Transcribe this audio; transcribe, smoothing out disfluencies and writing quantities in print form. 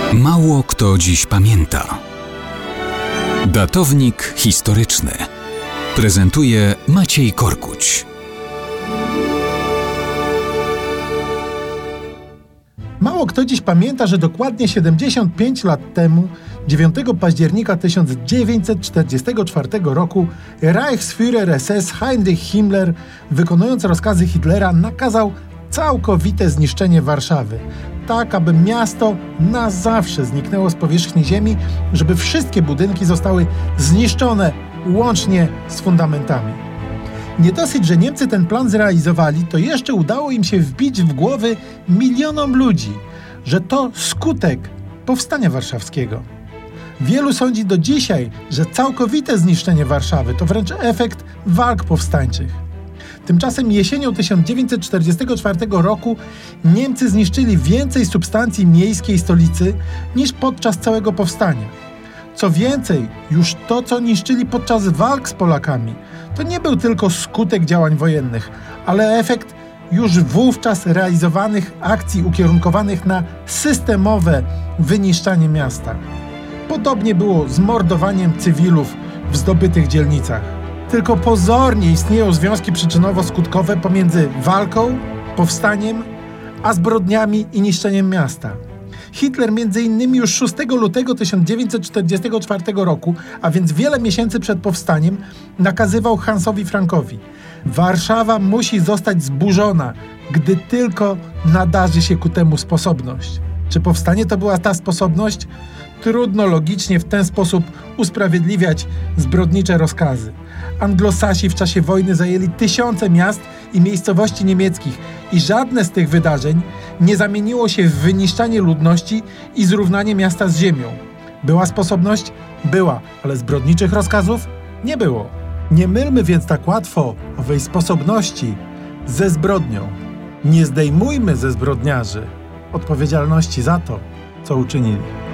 Mało kto dziś pamięta. Datownik historyczny prezentuje Maciej Korkuć. Mało kto dziś pamięta, że dokładnie 75 lat temu, 9 października 1944 roku, Reichsführer SS Heinrich Himmler, wykonując rozkazy Hitlera, nakazał całkowite zniszczenie Warszawy, tak aby miasto na zawsze zniknęło z powierzchni ziemi, żeby wszystkie budynki zostały zniszczone łącznie z fundamentami. Nie dosyć, że Niemcy ten plan zrealizowali, to jeszcze udało im się wbić w głowy milionom ludzi, że to skutek powstania warszawskiego. Wielu sądzi do dzisiaj, że całkowite zniszczenie Warszawy to wręcz efekt walk powstańczych. Tymczasem jesienią 1944 roku Niemcy zniszczyli więcej substancji miejskiej stolicy niż podczas całego powstania. Co więcej, już to, co niszczyli podczas walk z Polakami, to nie był tylko skutek działań wojennych, ale efekt już wówczas realizowanych akcji ukierunkowanych na systemowe wyniszczanie miasta. Podobnie było z mordowaniem cywilów w zdobytych dzielnicach. Tylko pozornie istnieją związki przyczynowo-skutkowe pomiędzy walką, powstaniem, a zbrodniami i niszczeniem miasta. Hitler m.in. już 6 lutego 1944 roku, a więc wiele miesięcy przed powstaniem, nakazywał Hansowi Frankowi: Warszawa musi zostać zburzona, gdy tylko nadarzy się ku temu sposobność. Czy powstanie to była ta sposobność? Trudno logicznie w ten sposób usprawiedliwiać zbrodnicze rozkazy. Anglosasi w czasie wojny zajęli tysiące miast i miejscowości niemieckich i żadne z tych wydarzeń nie zamieniło się w wyniszczanie ludności i zrównanie miasta z ziemią. Była sposobność? Była, ale zbrodniczych rozkazów? Nie było. Nie mylmy więc tak łatwo owej sposobności ze zbrodnią. Nie zdejmujmy ze zbrodniarzy odpowiedzialności za to, co uczynili.